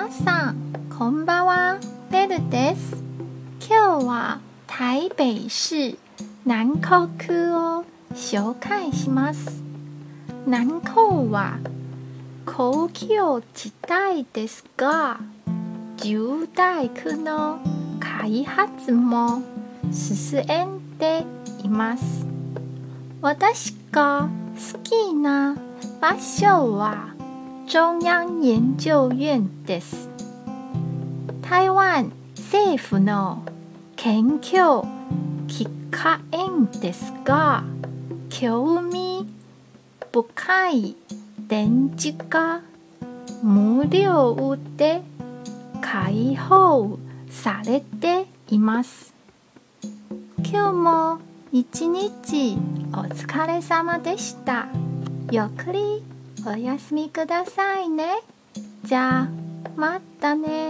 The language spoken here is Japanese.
皆さんこんばんは、ベルです。今日は台北市南港区を紹介します。南港は工業地帯ですが、住宅区の開発も進んでいます。私が好きな場所は中央研究院です。台湾政府の研究機関ですが、興味深い展示が無料で開放されています。今日も一日お疲れ様でした。ゆっくりおやすみくださいね。じゃあまたね。